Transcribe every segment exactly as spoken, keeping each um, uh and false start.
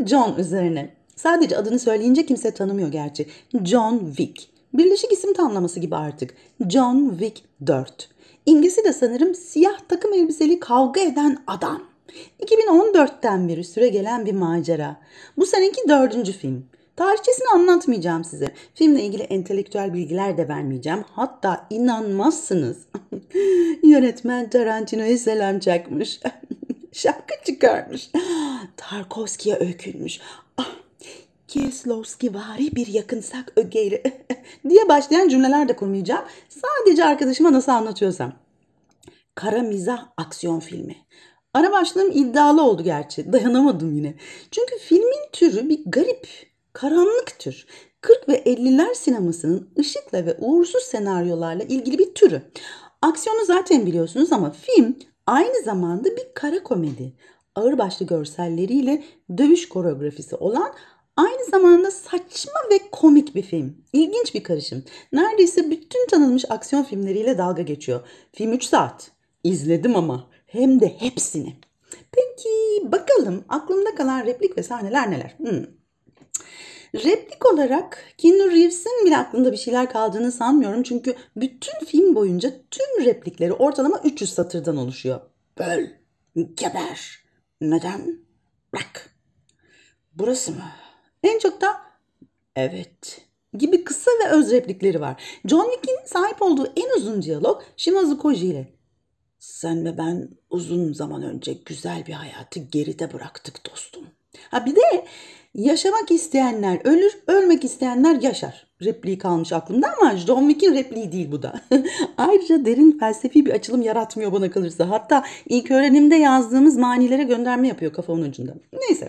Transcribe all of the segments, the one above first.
John üzerine. Sadece adını söyleyince kimse tanımıyor gerçi. John Wick. Birleşik isim tamlaması gibi artık. John Wick dört. İngilizce de sanırım siyah takım elbiseli kavga eden adam. iki bin on dörtten beri süregelen bir macera. Bu seneki dördüncü film. Tarihçesini anlatmayacağım size. Filmle ilgili entelektüel bilgiler de vermeyeceğim. Hatta inanmazsınız. Yönetmen Tarantino'ya selam çakmış. Şapka çıkarmış. Tarkovski'ye öykünmüş. Ah, Kieslowski-vari bir yakınsak ögeyle diye başlayan cümleler de kurmayacağım. Sadece arkadaşıma nasıl anlatıyorsam. Kara mizah aksiyon filmi. Ara başlığım iddialı oldu gerçi. Dayanamadım yine. Çünkü filmin türü bir garip, karanlık tür. kırk ve elliler sinemasının ışıkla ve uğursuz senaryolarla ilgili bir türü. Aksiyonu zaten biliyorsunuz ama film aynı zamanda bir kara komedi. Ağırbaşlı görselleriyle dövüş koreografisi olan, aynı zamanda saçma ve komik bir film. İlginç bir karışım. Neredeyse bütün tanınmış aksiyon filmleriyle dalga geçiyor. Film üç saat. İzledim ama hem de hepsini. Peki bakalım aklımda kalan replik ve sahneler neler? Hmm. Replik olarak Keanu Reeves'in bile aklında bir şeyler kaldığını sanmıyorum. Çünkü bütün film boyunca tüm replikleri ortalama üç yüz satırdan oluşuyor. Böl, geber, neden, bırak. Burası mı? En çok da evet gibi kısa ve öz replikleri var. John Wick'in sahip olduğu en uzun diyalog Shimazu Koji ile. Sen ve ben uzun zaman önce güzel bir hayatı geride bıraktık dostum. Ha bir de yaşamak isteyenler ölür, ölmek isteyenler yaşar. Repliği kalmış aklımda ama John Wick'in repliği değil bu da. Ayrıca derin felsefi bir açılım yaratmıyor bana kalırsa. Hatta ilk öğrenimde yazdığımız manilere gönderme yapıyor kafamın ucunda. Neyse.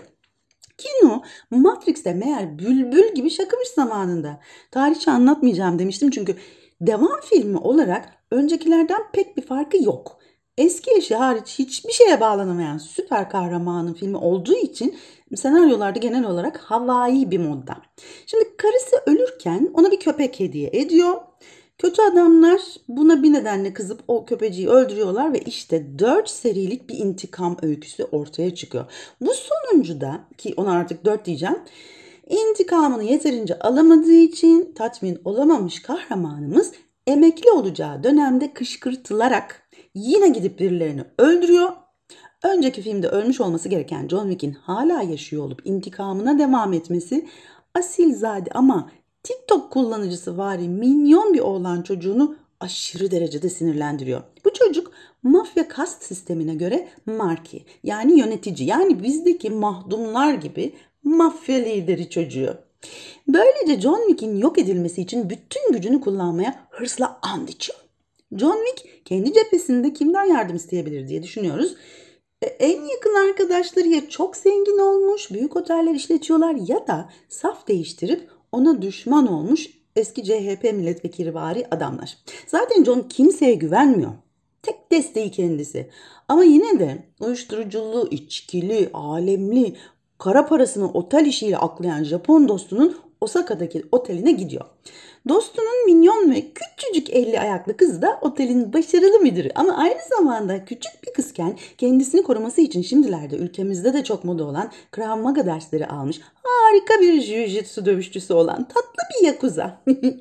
Kino Matrix'te meğer bülbül gibi şakımış zamanında. Tarihçi anlatmayacağım demiştim çünkü devam filmi olarak öncekilerden pek bir farkı yok. Eski eşi hariç hiçbir şeye bağlanamayan süper kahramanın filmi olduğu için senaryolarda genel olarak havai bir modda. Şimdi karısı ölürken ona bir köpek hediye ediyor. Kötü adamlar buna bir nedenle kızıp o köpeciyi öldürüyorlar ve işte dört serilik bir intikam öyküsü ortaya çıkıyor. Bu sonuncuda, ki ona artık dört diyeceğim, intikamını yeterince alamadığı için tatmin olamamış kahramanımız emekli olacağı dönemde kışkırtılarak yine gidip birilerini öldürüyor. Önceki filmde ölmüş olması gereken John Wick'in hala yaşıyor olup intikamına devam etmesi, asilzade ama TikTok kullanıcısı vari minyon bir oğlan çocuğunu aşırı derecede sinirlendiriyor. Bu çocuk mafya kast sistemine göre marki, yani yönetici, yani bizdeki mahdumlar gibi mafya lideri çocuğu. Böylece John Wick'in yok edilmesi için bütün gücünü kullanmaya hırsla and içiyor. John Wick kendi cephesinde kimden yardım isteyebilir diye düşünüyoruz. E, en yakın arkadaşları ya çok zengin olmuş, büyük oteller işletiyorlar ya da saf değiştirip ona düşman olmuş eski C H P milletvekili vari adamlar. Zaten John kimseye güvenmiyor. Tek desteği kendisi. Ama yine de uyuşturuculu, içkili, alemli, kara parasını otel işiyle aklayan Japon dostunun Osaka'daki oteline gidiyor. Dostunun minyon ve küçücük elli ayaklı kızı da otelin başarılı müdürü. Ama aynı zamanda küçük bir kızken kendisini koruması için şimdilerde ülkemizde de çok moda olan Krav Maga dersleri almış harika bir jiu-jitsu dövüşçüsü olan tatlı bir yakuza.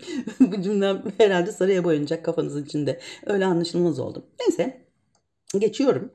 Bu cümlem herhalde sarıya boyanacak kafanızın içinde. Öyle anlaşılmaz oldu. Neyse geçiyorum.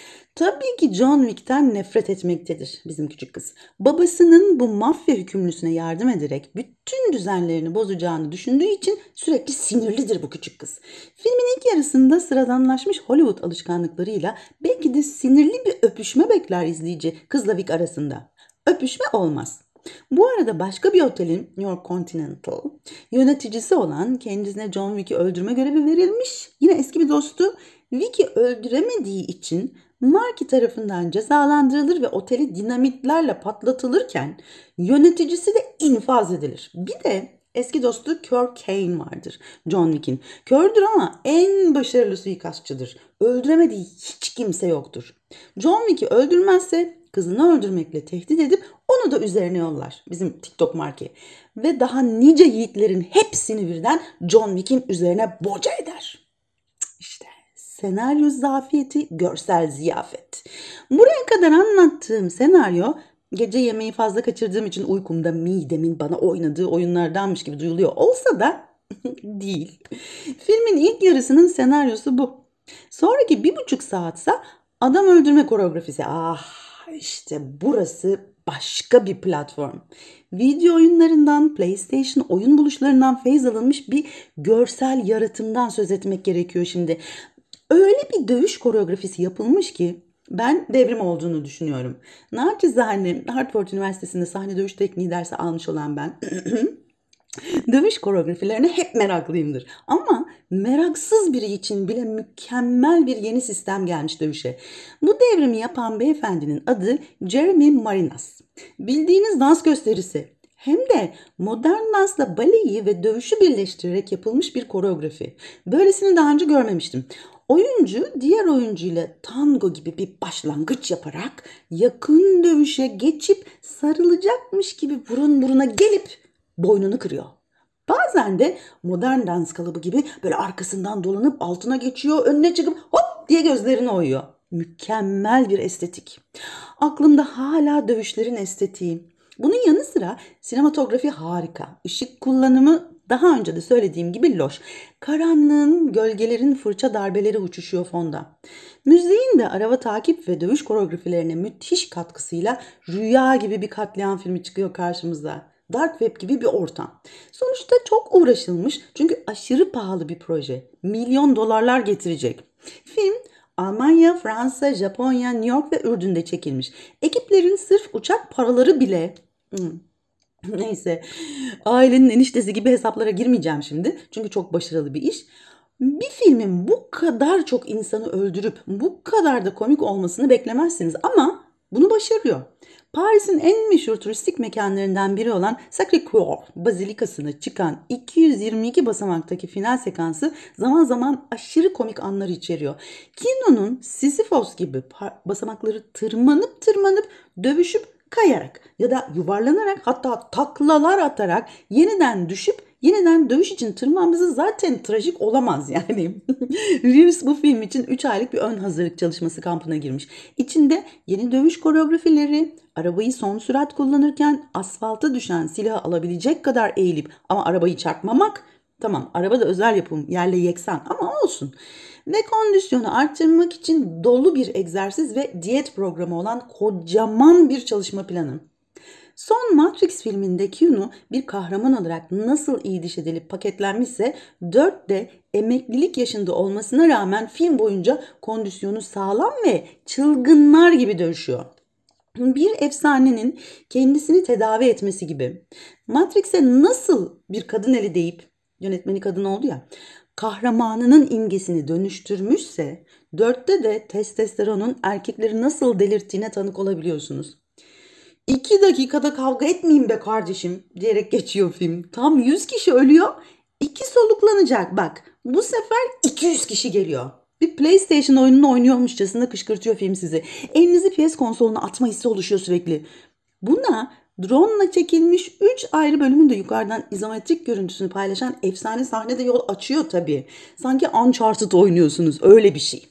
Tabii ki John Wick'ten nefret etmektedir bizim küçük kız. Babasının bu mafya hükümlüsüne yardım ederek bütün düzenlerini bozacağını düşündüğü için sürekli sinirlidir bu küçük kız. Filmin ilk yarısında sıradanlaşmış Hollywood alışkanlıklarıyla belki de sinirli bir öpüşme bekler izleyici kızla Wick arasında. Öpüşme olmaz. Bu arada başka bir otelin, New York Continental, yöneticisi olan, kendisine John Wick'i öldürme görevi verilmiş yine eski bir dostu, Wick'i öldüremediği için Marky tarafından cezalandırılır ve oteli dinamitlerle patlatılırken yöneticisi de infaz edilir. Bir de eski dostu Kör Kane vardır John Wick'in. Kördür ama en başarılı suikastçıdır. Öldüremediği hiç kimse yoktur. John Wick'i öldürmezse kızını öldürmekle tehdit edip onu da üzerine yollar. Bizim TikTok Marky. Ve daha nice yiğitlerin hepsini birden John Wick'in üzerine boca eder. İşte senaryo zafiyeti, görsel ziyafet. Buraya kadar anlattığım senaryo gece yemeği fazla kaçırdığım için uykumda midemin bana oynadığı oyunlardanmış gibi duyuluyor olsa da değil. Filmin ilk yarısının senaryosu bu. Sonraki bir buçuk saatsa adam öldürme koreografisi. Ah işte burası başka bir platform. Video oyunlarından, PlayStation oyun buluşlarından feyz alınmış bir görsel yaratımdan söz etmek gerekiyor şimdi. Öyle bir dövüş koreografisi yapılmış ki ben devrim olduğunu düşünüyorum. Naçizane Hartford Üniversitesi'nde sahne dövüş tekniği dersi almış olan ben dövüş koreografilerine hep meraklıyımdır. Ama meraksız biri için bile mükemmel bir yeni sistem gelmiş dövüşe. Bu devrimi yapan beyefendinin adı Jeremy Marinas. Bildiğiniz dans gösterisi. Hem de modern dansla baleyi ve dövüşü birleştirerek yapılmış bir koreografi. Böylesini daha önce görmemiştim. Oyuncu diğer oyuncuyla tango gibi bir başlangıç yaparak yakın dövüşe geçip sarılacakmış gibi burun buruna gelip boynunu kırıyor. Bazen de modern dans kalıbı gibi böyle arkasından dolanıp altına geçiyor, önüne çıkıp hop diye gözlerini oyuyor. Mükemmel bir estetik. Aklımda hala dövüşlerin estetiği. Bunun yanı sıra sinematografi harika. Işık kullanımı daha önce de söylediğim gibi loş. Karanlığın, gölgelerin fırça darbeleri uçuşuyor fonda. Müziğin de araba takip ve dövüş koreografilerine müthiş katkısıyla rüya gibi bir katliam filmi çıkıyor karşımıza. Dark Web gibi bir ortam. Sonuçta çok uğraşılmış çünkü aşırı pahalı bir proje. Milyon dolarlar getirecek. Film Almanya, Fransa, Japonya, New York ve Ürdün'de çekilmiş. Ekiplerin sırf uçak paraları bile... Hmm. Neyse, ailenin eniştesi gibi hesaplara girmeyeceğim şimdi. Çünkü çok başarılı bir iş. Bir filmin bu kadar çok insanı öldürüp bu kadar da komik olmasını beklemezsiniz ama bunu başarıyor. Paris'in en meşhur turistik mekanlarından biri olan Sacré-Cœur Bazilikası'na çıkan iki yüz yirmi iki basamaktaki final sekansı zaman zaman aşırı komik anlar içeriyor. Kino'nun Sisyphos gibi basamakları tırmanıp tırmanıp dövüşüp kayarak ya da yuvarlanarak hatta taklalar atarak yeniden düşüp yeniden dövüş için tırmanması zaten trajik olamaz yani. Reeves bu film için üç aylık bir ön hazırlık çalışması kampına girmiş. İçinde yeni dövüş koreografileri, arabayı son sürat kullanırken asfalta düşen silahı alabilecek kadar eğilip ama arabayı çarpmamak. Tamam, araba da özel yapım, yerle yeksan ama olsun. Ve kondisyonu arttırmak için dolu bir egzersiz ve diyet programı olan kocaman bir çalışma planı. Son Matrix filminde Keanu bir kahraman olarak nasıl iyi diş edilip paketlenmişse dörtte emeklilik yaşında olmasına rağmen film boyunca kondisyonu sağlam ve çılgınlar gibi dövüşüyor. Bir efsanenin kendisini tedavi etmesi gibi. Matrix'e nasıl bir kadın eli deyip, yönetmeni kadın oldu ya, kahramanının imgesini dönüştürmüşse dörtte de testosteronun erkekleri nasıl delirttiğine tanık olabiliyorsunuz. İki dakikada kavga etmeyeyim be kardeşim diyerek geçiyor film. Tam yüz kişi ölüyor. İki soluklanacak bak. Bu sefer iki yüz kişi geliyor. Bir PlayStation oyununu oynuyormuşçasına kışkırtıyor film sizi. Elinizi P S konsoluna atma hissi oluşuyor sürekli. Buna drone ile çekilmiş üç ayrı bölümün de yukarıdan izometrik görüntüsünü paylaşan efsane sahne de yol açıyor tabii. Sanki Uncharted oynuyorsunuz, öyle bir şey.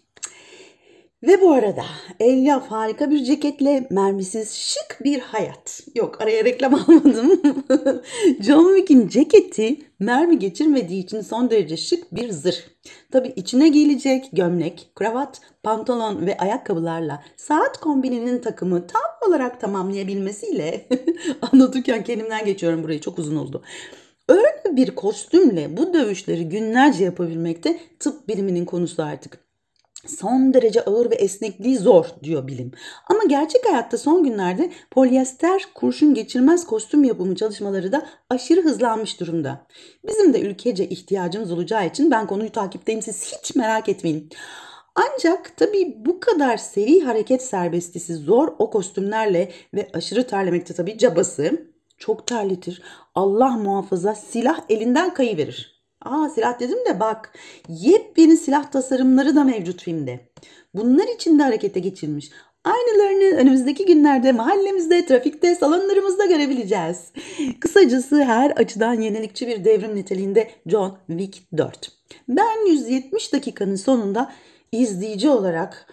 Ve bu arada Elyaf harika bir ceketle mermisiz şık bir hayat. Yok, araya reklam almadım. John Wick'in ceketi mermi geçirmediği için son derece şık bir zırh. Tabii içine giyilecek gömlek, kravat, pantolon ve ayakkabılarla saat kombininin takımı tam olarak tamamlayabilmesiyle anlatırken kendimden geçiyorum, burayı çok uzun oldu. Öyle bir kostümle bu dövüşleri günlerce yapabilmek de tıp biliminin konusu artık. Son derece ağır ve esnekliği zor diyor bilim. Ama gerçek hayatta son günlerde polyester kurşun geçirmez kostüm yapımı çalışmaları da aşırı hızlanmış durumda. Bizim de ülkece ihtiyacımız olacağı için ben konuyu takipteyim, siz hiç merak etmeyin. Ancak tabii bu kadar seri hareket serbestisi zor o kostümlerle ve aşırı terlemekte tabii cabası. Çok terletir. Allah muhafaza silah elinden kayıverir. Aa, silah dedim de bak, yepyeni silah tasarımları da mevcut filmde. Bunlar için de harekete geçilmiş. Aynılarını önümüzdeki günlerde mahallemizde, trafikte, salonlarımızda görebileceğiz. Kısacası her açıdan yenilikçi bir devrim niteliğinde John Wick dört. Ben yüz yetmiş dakikanın sonunda izleyici olarak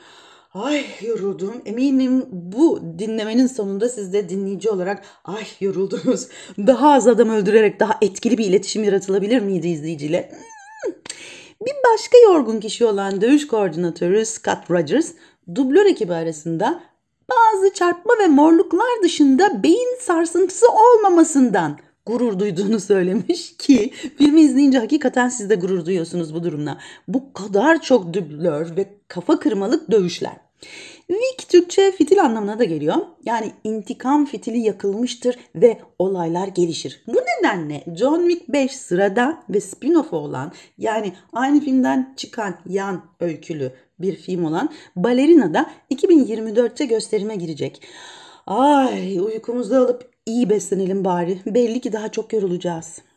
Ay yoruldum. Eminim bu dinlemenin sonunda siz de dinleyici olarak ay yoruldunuz. Daha az adam öldürerek daha etkili bir iletişim yaratılabilir miydi izleyiciyle? Hmm. Bir başka yorgun kişi olan dövüş koordinatörü Scott Rogers, dublör ekibi arasında bazı çarpma ve morluklar dışında beyin sarsıntısı olmamasından gurur duyduğunu söylemiş ki filmi izleyince hakikaten siz de gurur duyuyorsunuz bu durumla. Bu kadar çok dublör ve kafa kırmalık dövüşler. Wick Türkçe fitil anlamına da geliyor. Yani intikam fitili yakılmıştır ve olaylar gelişir. Bu nedenle John Wick beş sıradan ve spin-off'u olan, yani aynı filmden çıkan yan öykülü bir film olan Ballerina iki bin yirmi dörtte gösterime girecek. Ay uykumuzu alıp iyi beslenelim bari. Belli ki daha çok yorulacağız.